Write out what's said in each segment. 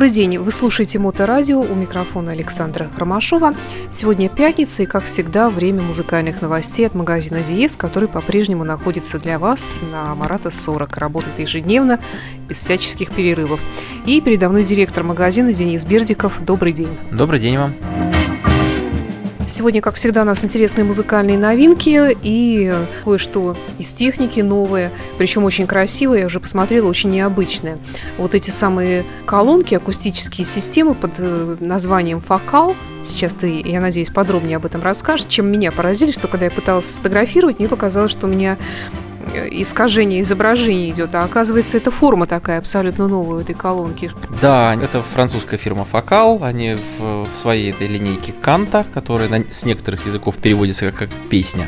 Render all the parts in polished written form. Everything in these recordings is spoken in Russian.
Добрый день, вы слушаете Моторадио, у микрофона Александра Ромашова. Сегодня пятница и, как всегда, время музыкальных новостей от магазина Диез, который по-прежнему находится для вас на Марата 40, работает ежедневно, без всяческих перерывов. И передо мной директор магазина Денис Бердиков. Добрый день. Добрый день вам. Сегодня, как всегда, у нас интересные музыкальные новинки и кое-что из техники новое, причем очень красивое, я уже посмотрела, очень необычное. Вот эти самые колонки, акустические системы под названием «Фокал». Сейчас ты, я надеюсь, подробнее об этом расскажешь. Чем меня поразили, что когда я пыталась сфотографировать, мне показалось, что у меня искажение изображения идет, а оказывается, это форма такая абсолютно новая у этой колонки. Да, это французская фирма Focal, они в своей этой линейке Канта, которая с некоторых языков переводится как песня.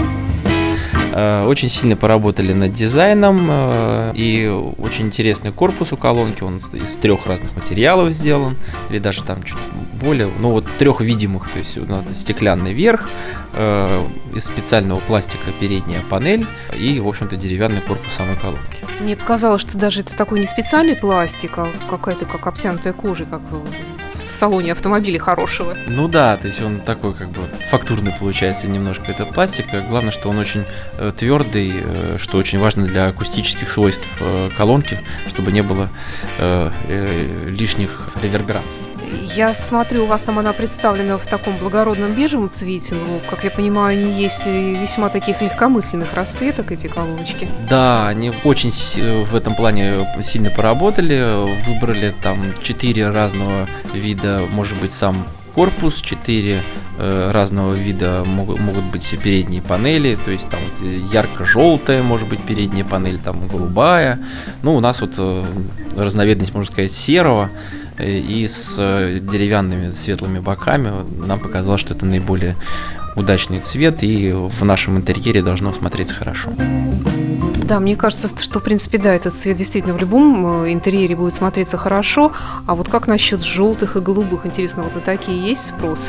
Очень сильно поработали над дизайном, и очень интересный корпус у колонки, он из 3 разных материалов сделан, или даже там чуть более, 3 видимых, то есть стеклянный верх, из специального пластика передняя панель и, в общем-то, деревянный корпус самой колонки. Мне показалось, что даже это такой не специальный пластик, а какая-то как обтянутая кожей, как в салоне автомобиля хорошего. Ну да, то есть он такой фактурный получается немножко этот пластик. Главное, что он очень твердый, что очень важно для акустических свойств колонки, чтобы не было лишних ревербераций. Я смотрю, у вас там она представлена в таком благородном бежевом цвете, как я понимаю, они есть весьма таких легкомысленных расцветок, эти колоночки. Да, они очень в этом плане сильно поработали, выбрали там 4 разного вида, может быть, сам корпус, 4 разного вида могут быть передние панели, то есть там ярко-желтая может быть передняя панель, там голубая. У нас разновидность, можно сказать, серого и с деревянными светлыми боками. Нам показалось, что это наиболее удачный цвет, и в нашем интерьере должно смотреться хорошо. Да, мне кажется, что, в принципе, да, этот цвет действительно в любом интерьере будет смотреться хорошо. А вот как насчет желтых и голубых? Интересно, вот на такие есть спрос?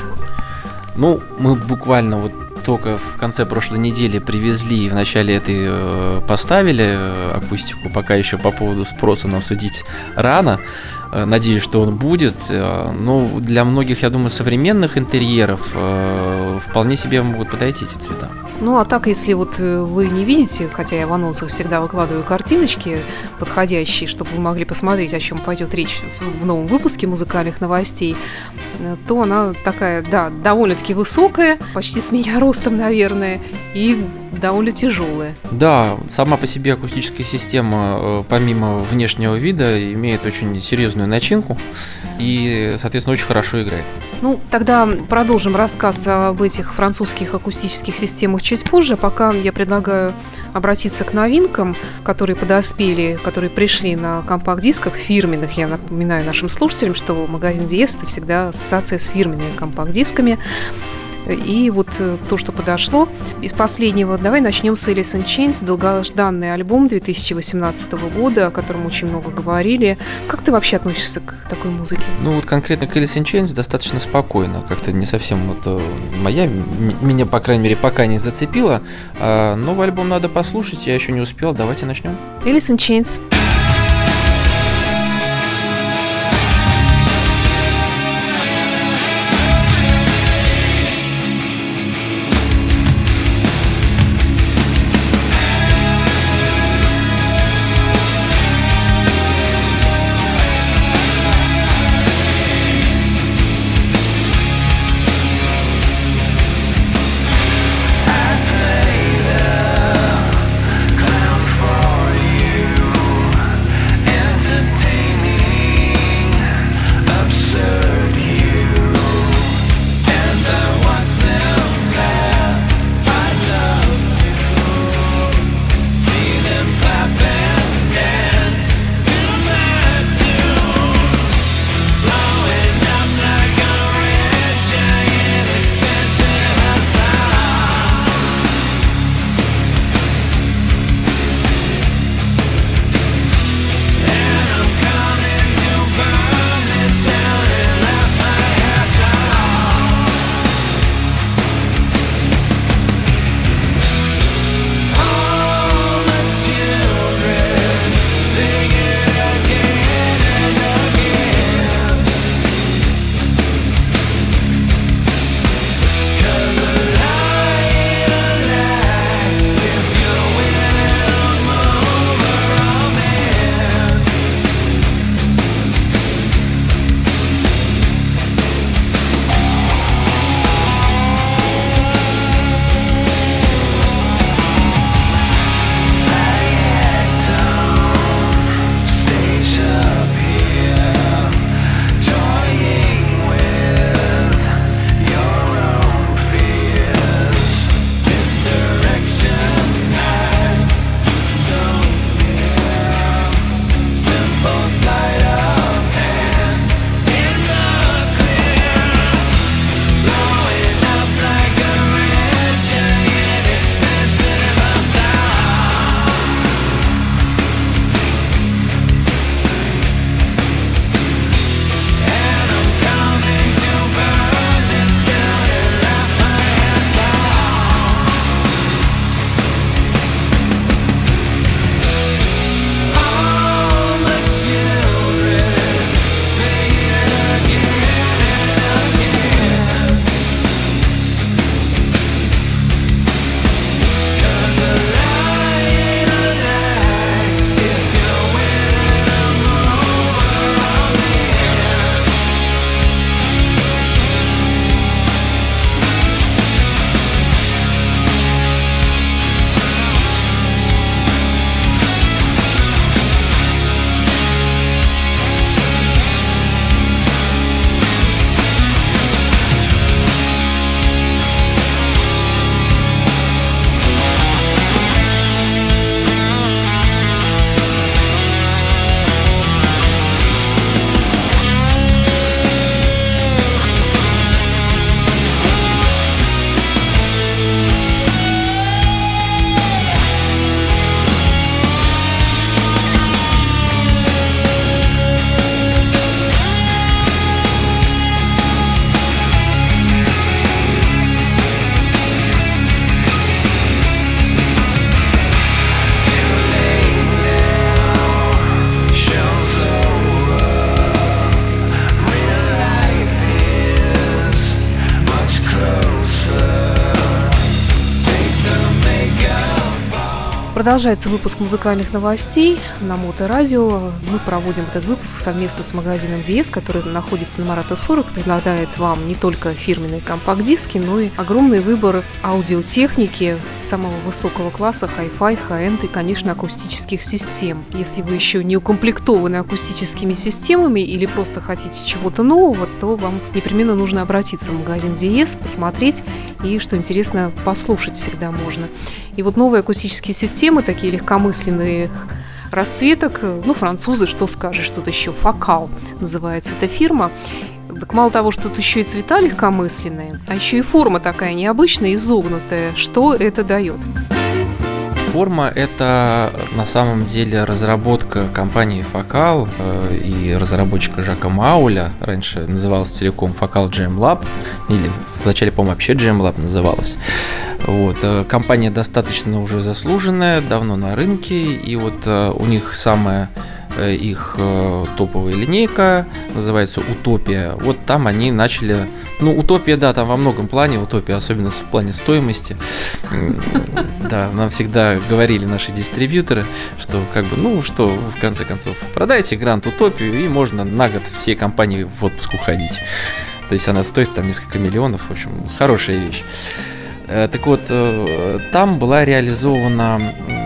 Мы буквально только в конце прошлой недели привезли и в начале этой поставили акустику. Пока еще по поводу спроса нам судить рано. Надеюсь, что он будет. Но для многих, я думаю, современных интерьеров вполне себе могут подойти эти цвета. А так, если вы не видите, хотя я в анонсах всегда выкладываю картиночки подходящие, чтобы вы могли посмотреть, о чем пойдет речь в новом выпуске музыкальных новостей, то она такая, да, довольно-таки высокая, почти с меня ростом, наверное, и довольно тяжелая. Да, сама по себе акустическая система, помимо внешнего вида, имеет очень серьезную начинку и, соответственно, очень хорошо играет. Тогда продолжим рассказ об этих французских акустических системах чуть позже. Пока я предлагаю обратиться к новинкам, которые подоспели, которые пришли на компакт-дисках фирменных. Я напоминаю нашим слушателям, что магазин Диез – это всегда ассоциация с фирменными компакт-дисками. И то, что подошло. Из последнего давай начнем с Alice in Chains, долгожданный альбом 2018 года, о котором очень много говорили. Как ты вообще относишься к такой музыке? Конкретно к Alice in Chains достаточно спокойно. Как-то не совсем меня, по крайней мере, пока не зацепило. Новый альбом надо послушать, я еще не успел. Давайте начнем. Alice in Chains. For you Продолжается выпуск музыкальных новостей на Моторадио. Мы проводим этот выпуск совместно с магазином DS, который находится на Марата 40, предлагает вам не только фирменные компакт-диски, но и огромный выбор аудиотехники самого высокого класса, Hi-Fi, High-End и, конечно, акустических систем. Если вы еще не укомплектованы акустическими системами или просто хотите чего-то нового, то вам непременно нужно обратиться в магазин DS, посмотреть и, что интересно, послушать всегда можно. И вот новые акустические системы, такие легкомысленные расцветок, французы, что скажешь, тут еще Focal называется эта фирма. Так мало того, что тут еще и цвета легкомысленные, а еще и форма такая необычная, изогнутая. Что это дает? Форма – это на самом деле разработка компании Focal и разработчика Жака Мауля. Раньше называлась целиком Focal Jam Lab, или вначале, по-моему, вообще Jam Lab называлась. Компания достаточно уже заслуженная, давно на рынке, и у них самая их топовая линейка, называется Утопия. Там они начали... Утопия, да, там во многом плане Утопия, особенно в плане стоимости. Да, нам всегда говорили наши дистрибьюторы, что в конце концов, продайте Гранд Утопию, и можно на год всей компании в отпуск уходить. То есть она стоит там несколько миллионов, в общем, хорошая вещь. Там была реализован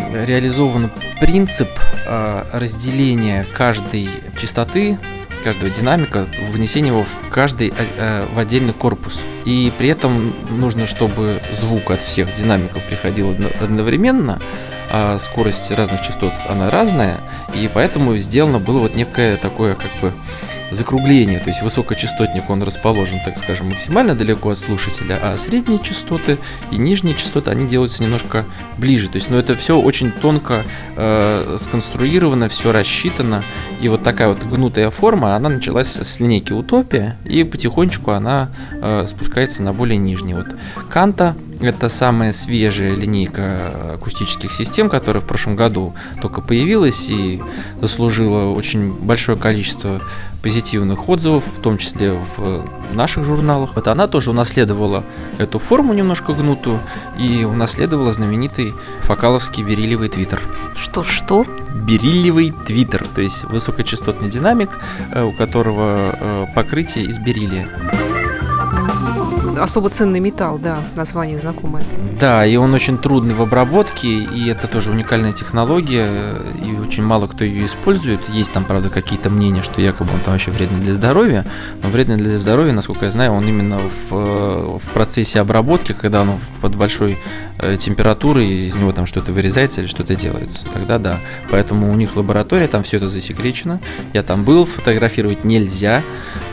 принцип разделения каждой частоты, каждого динамика, вынесения его в отдельный корпус. И при этом нужно, чтобы звук от всех динамиков приходил одновременно, а скорость разных частот, она разная, и поэтому сделано было некое такое закругление, то есть высокочастотник, он расположен, так скажем, максимально далеко от слушателя, а средние частоты и нижние частоты, они делаются немножко ближе, то есть, это все очень тонко сконструировано, все рассчитано, и такая гнутая форма, она началась с линейки Утопия, и потихонечку она спускается на более нижний. Канта — это самая свежая линейка акустических систем, которая в прошлом году только появилась и заслужила очень большое количество позитивных отзывов, в том числе в наших журналах. Она тоже унаследовала эту форму немножко гнутую и унаследовала знаменитый фокаловский бериллиевый твиттер. Что? Бериллиевый твиттер, то есть высокочастотный динамик, у которого покрытие из бериллия. Особо ценный металл, да, название знакомое. Да, и он очень трудный в обработке, и это тоже уникальная технология, и очень мало кто ее использует. Есть там, правда, какие-то мнения, что якобы он там вообще вредный для здоровья, но вредный для здоровья, насколько я знаю, он именно в процессе обработки, когда он под большой температурой, из него там что-то вырезается или что-то делается, тогда да. Поэтому у них лаборатория, там все это засекречено, я там был, фотографировать нельзя.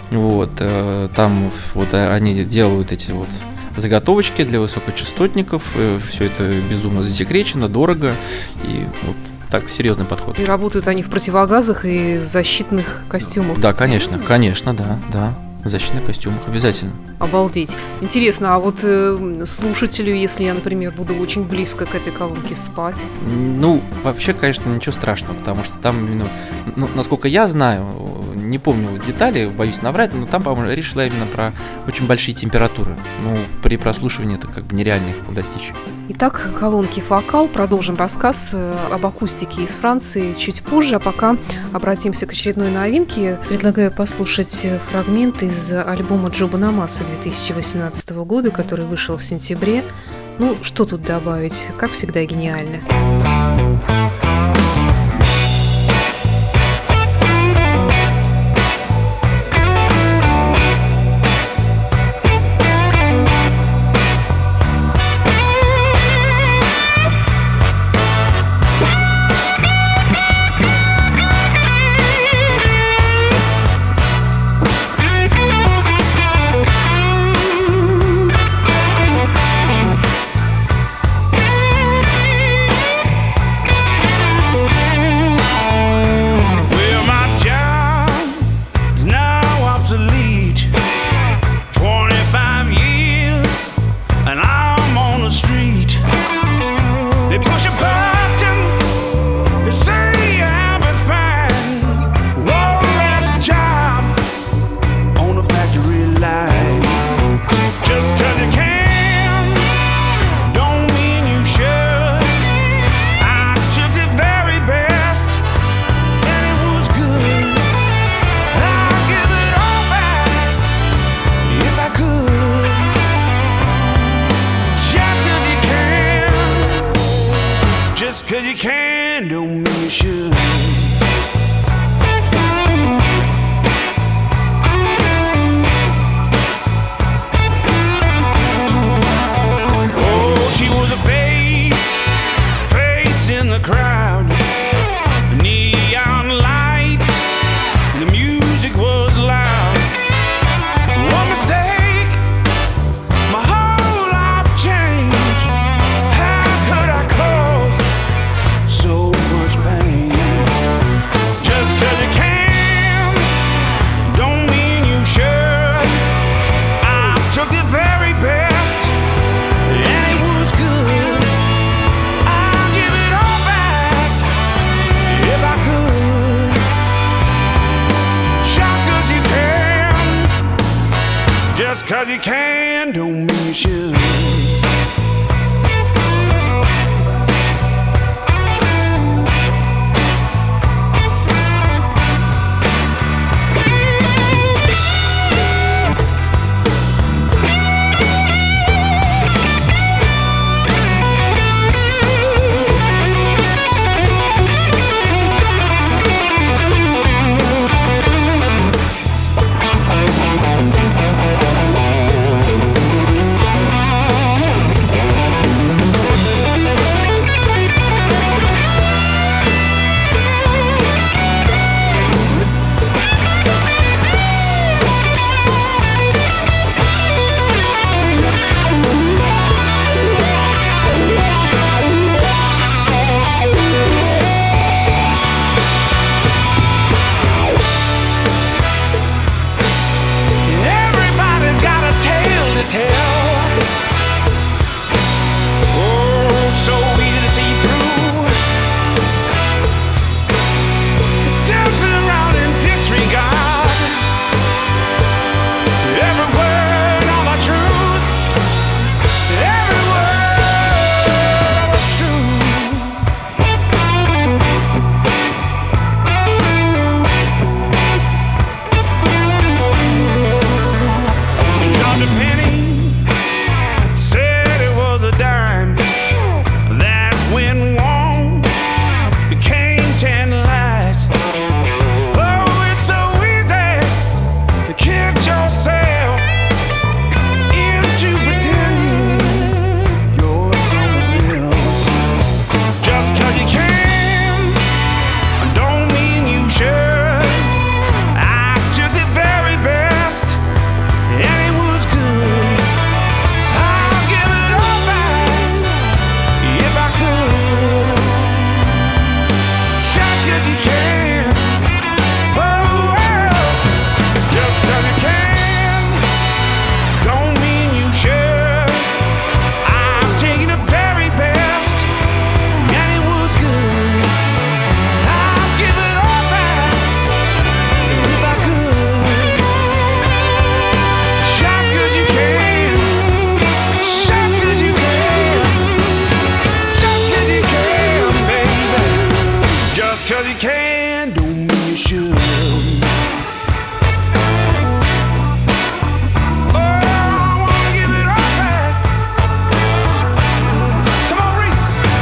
Там они делают эти заготовочки для высокочастотников, все это безумно засекречено, дорого, и так серьезный подход. И работают они в противогазах и защитных костюмах. Да, конечно, да. В защитных костюмах обязательно. Обалдеть. Интересно, а слушателю, если я, например, буду очень близко к этой колонке спать? Вообще, конечно, ничего страшного, потому что там, насколько я знаю, не помню детали, боюсь наврать, но там, по-моему, речь шла именно про очень большие температуры. При прослушивании это нереально их достичь. Итак, колонки Focal. Продолжим рассказ об акустике из Франции чуть позже, а пока обратимся к очередной новинке. Предлагаю послушать фрагмент из альбома Джо Бонамасса 2018 года, который вышел в сентябре. Что тут добавить? Как всегда, гениально. you can don't mean you should. Oh, she was a face in the crowd. Neon lights, the music was loud. One mistake, my whole life changed. How could I cause so much pain? Just 'cause you can don't mean you should. I took the very best and it was good. I'll give it all back if I could. Just 'cause you can, just 'cause you can don't mean you should. Everybody's got a tale to tell. Oh, so easy to see through. Dancing around in disregard. Every word all the truth. Every word was true. John DePenny said it was a dime. That's when one became 10 lies. Oh, it's so easy to kid yourself into pretending you're someone else. Just 'cause you can don't mean you should. I took the very best and it was good. I'll give it all back if I could. Just 'cause you can. Oh, well, just 'cause you can don't mean you should. I'm taking the very best and it was good. I'll give it all back if I could. Just 'cause you can, just 'cause you can, just 'cause you can, baby. Just 'cause you can don't mean you should. Oh, I wanna give it all back. Come on, Reese.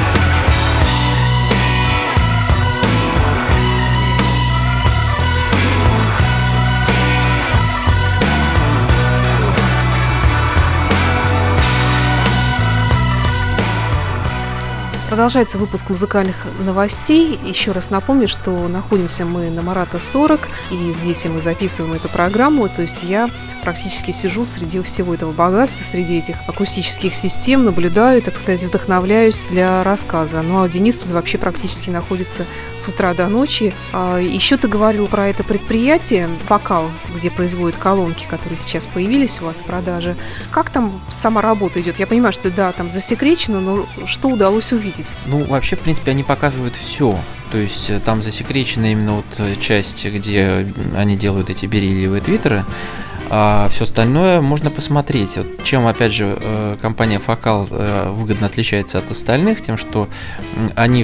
Продолжается выпуск музыкальных новостей. Еще раз напомню, что находимся мы на Марата 40, и здесь мы записываем эту программу. То есть я практически сижу среди всего этого богатства, среди этих акустических систем, наблюдаю, так сказать, вдохновляюсь для рассказа. Ну а Денис тут вообще практически находится с утра до ночи. Еще ты говорил про это предприятие «Фокал», где производят колонки, которые сейчас появились у вас в продаже. Как там сама работа идет? Я понимаю, что да, там засекречено, но что удалось увидеть? Ну, вообще, в принципе, они показывают все. То есть там засекречена именно вот часть, где они делают эти бериллиевые твиттеры. А все остальное можно посмотреть. Вот чем, опять же, компания Фокал выгодно отличается от остальных, тем, что они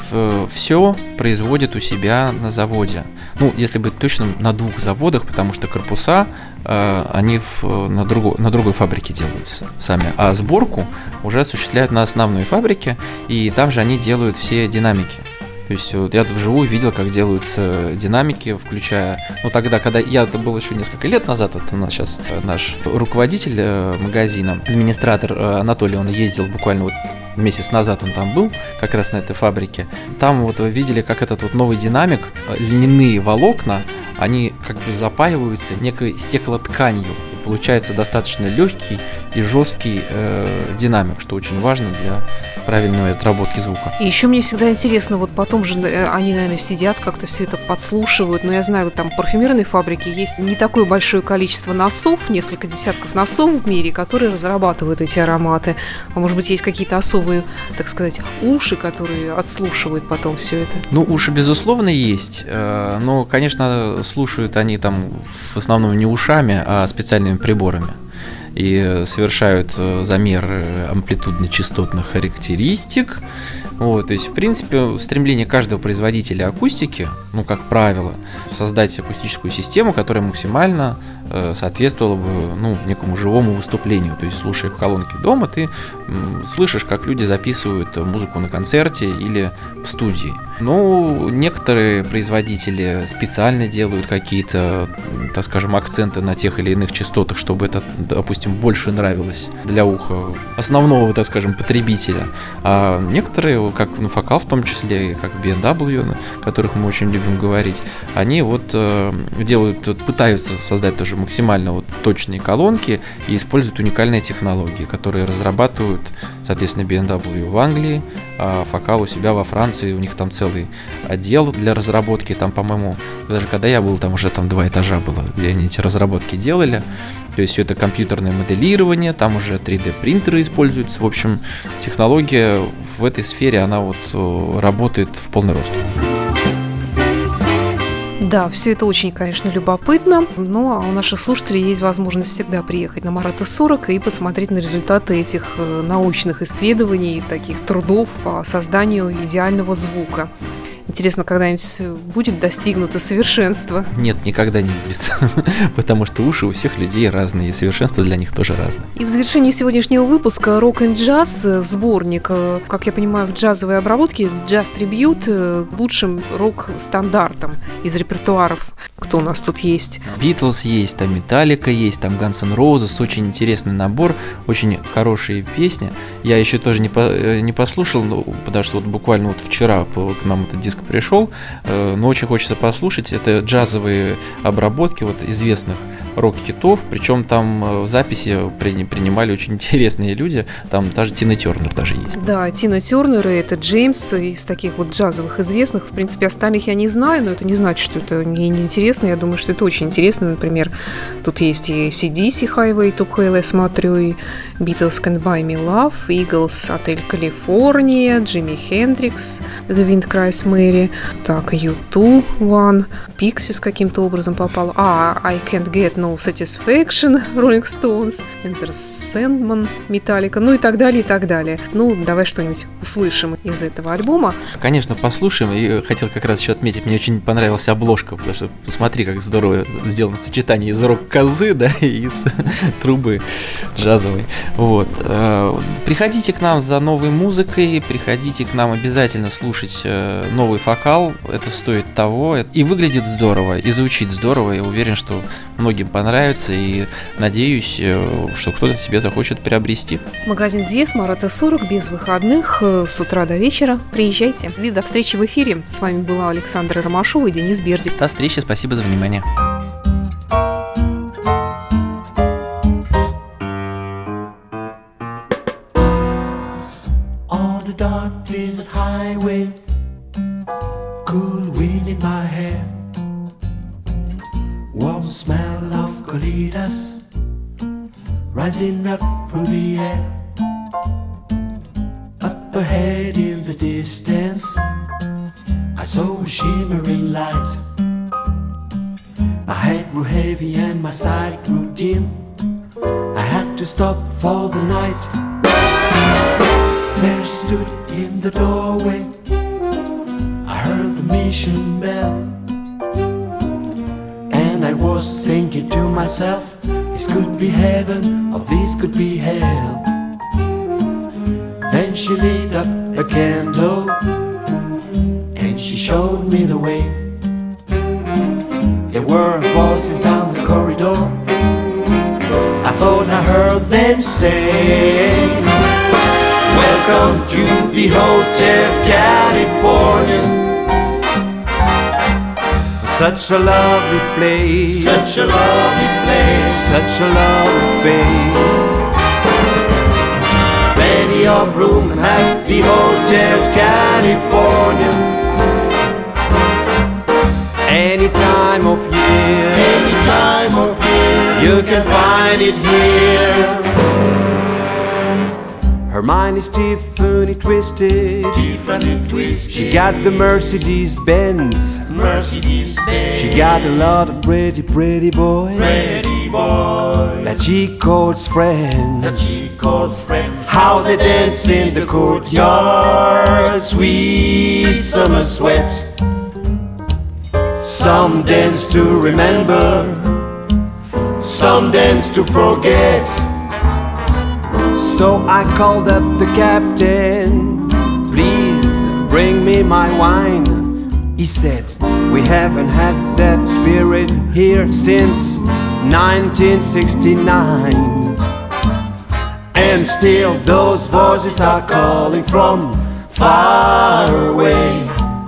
все производят у себя на заводе. Ну, если быть точным, на 2 заводах, потому что корпуса они на другой фабрике делаются сами, а сборку уже осуществляют на основной фабрике, и там же они делают все динамики. То есть вот я вживую видел, как делаются динамики, включая... Ну, тогда, когда это было еще несколько лет назад, вот у нас сейчас наш руководитель магазина, администратор Анатолий, он ездил буквально вот месяц назад, он там был, как раз на этой фабрике. Там вот видели, как этот вот новый динамик, льняные волокна, они как бы запаиваются некой стеклотканью. И получается достаточно легкий и жесткий динамик, что очень важно для правильной отработки звука. И еще мне всегда интересно, вот потом же они, наверное, сидят, как-то все это подслушивают. Но я знаю, там в парфюмерной фабрике есть не такое большое количество носов, несколько десятков носов в мире, которые разрабатывают эти ароматы. А может быть, есть какие-то особые, так сказать, уши, которые отслушивают потом все это? Ну, уши, безусловно, есть. Но, конечно, слушают они там в основном не ушами, а специальными приборами. И совершают замер амплитудно-частотных характеристик. Вот, то есть, в принципе, стремление каждого производителя акустики, ну, как правило, создать акустическую систему, которая максимально соответствовала бы, ну, некому живому выступлению. То есть, слушая колонки дома, ты слышишь, как люди записывают музыку на концерте или в студии. Ну, некоторые производители специально делают какие-то, так скажем, акценты на тех или иных частотах, чтобы это, допустим, больше нравилось для уха основного, так скажем, потребителя. А некоторые, как Фокал в том числе, как B&W, о которых мы очень любим говорить, они вот пытаются создать тоже максимально вот точные колонки и используют уникальные технологии, которые разрабатывают, соответственно, B&W в Англии, а Фокал у себя во Франции, у них там целый отдел для разработки, там, по-моему, даже когда я был, там уже там 2 этажа было, где они эти разработки делали. То есть все это компьютерное моделирование, там уже 3D принтеры используются. В общем, технология в этой сфере, она вот работает в полный рост. Да, все это очень, конечно, любопытно, но у наших слушателей есть возможность всегда приехать на Марата 40 и посмотреть на результаты этих научных исследований, таких трудов по созданию идеального звука. Интересно, когда-нибудь будет достигнуто совершенство? Нет, никогда не будет, потому что уши у всех людей разные, и совершенство для них тоже разное. И в завершении сегодняшнего выпуска «Рок энд джаз» сборник, как я понимаю, в джазовой обработке «Джаз Трибьют» лучшим рок-стандартом из репертуаров. Кто у нас тут есть? Битлз есть, там Металлика есть, там Guns N' Roses, очень интересный набор, очень хорошие песни. Я еще тоже не послушал, потому что вот буквально вот вчера к нам этот диск пришел, но очень хочется послушать. Это джазовые обработки вот известных рок-хитов, причем там в записи принимали очень интересные люди, там даже Тина Тернер даже есть. Да, Тина Тернер и это Джеймс из таких вот джазовых известных. В принципе, остальных я не знаю, но это не значит, что это мне не интересно. Я думаю, что это очень интересно. Например, тут есть и AC/DC Highway to Hell, я смотрю, и Beatles Can't Buy Me Love, Eagles Отель Калифорния, Джимми Хендрикс The Wind Cries Mary, так, U2 One, Pixies каким-то образом попал, I Can't Get No Satisfaction, Rolling Stones, Enter Sandman, Metallica, ну и так далее, и так далее. Ну, давай что-нибудь услышим из этого альбома. Конечно, послушаем, и хотел как раз еще отметить, мне очень понравилась обложка, потому что посмотри, как здорово сделано сочетание из рок-козы, да, и из трубы джазовой. Вот. Приходите к нам за новой музыкой, приходите к нам обязательно слушать новый Фокал, это стоит того, и выглядит здорово, и звучит здорово, я уверен, что многим понравится, и надеюсь, что кто-то себе захочет приобрести. Магазин Диез, Марата 40, без выходных, с утра до вечера. Приезжайте. И до встречи в эфире. С вами была Александра Ромашова и Денис Бердик. До встречи, спасибо за внимание. On the dark desert highway, cool wind in my hair, warm smell of colitas rising up through the air. Up ahead in the distance, I saw a shimmering light. My head grew heavy and my sight grew dim. I had to stop for the night. There she stood in the doorway, destination bell. And I was thinking to myself, this could be heaven or this could be hell. Then she lit up a candle and she showed me the way. There were voices down the corridor. I thought I heard them say, welcome to the Hotel California. Such a lovely place, such a lovely place, such a lovely face. Plenty of room at the Hotel California. Any time of year, any time of year, you can find it here. Her mind is Tiffany twisted. She got the Mercedes Benz. She got a lot of pretty boys that she calls friends. How they dance in the courtyard, sweet summer sweat. Some dance to remember, some dance to forget. So I called up the captain, please bring me my wine. He said, we haven't had that spirit here since 1969. And still those voices are calling from far away.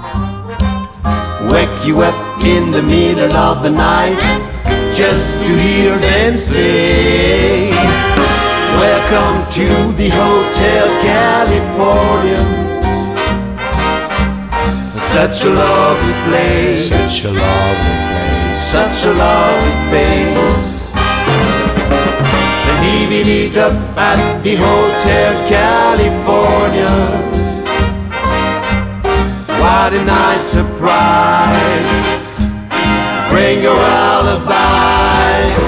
Wake you up in the middle of the night just to hear them say, welcome to the Hotel California. Such a lovely place, such a lovely place, such a lovely face. Then leaving it up at the Hotel California. What a nice surprise. Bring your alibis.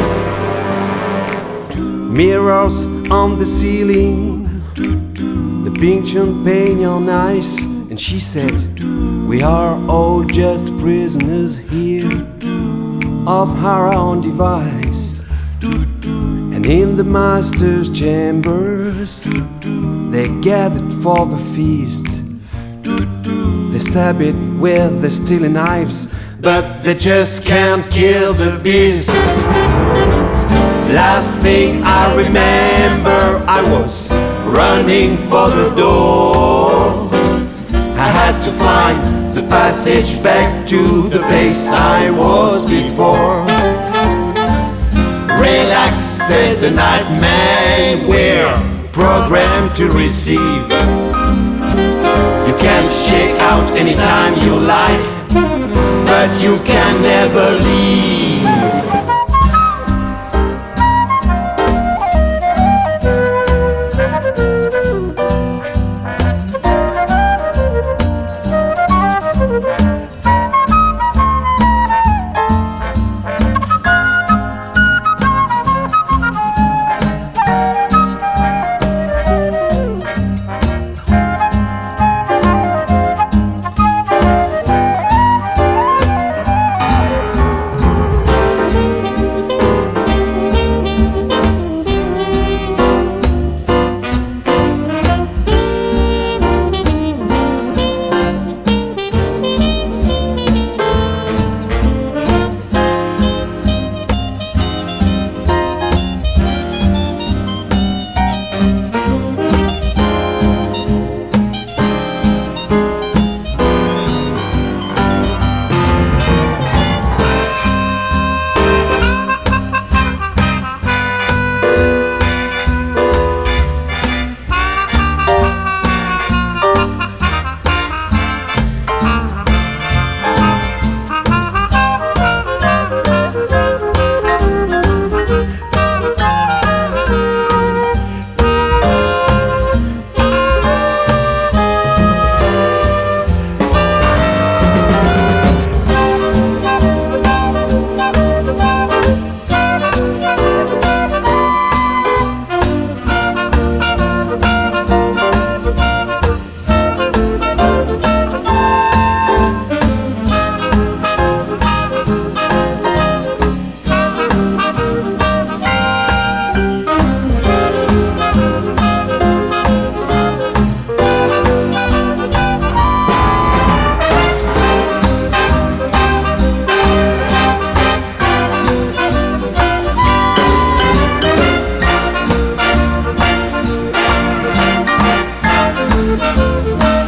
Mirrors on the ceiling, the pink champagne on ice. And she said, we are all just prisoners here of our own device. And in the master's chambers they gathered for the feast. They stab it with their stealing knives, but they just can't kill the beast. Last thing I remember, I was running for the door. I had to find the passage back to the place I was before. Relax, said the nightman, we're programmed to receive. You can check out anytime you like, but you can never leave. Thank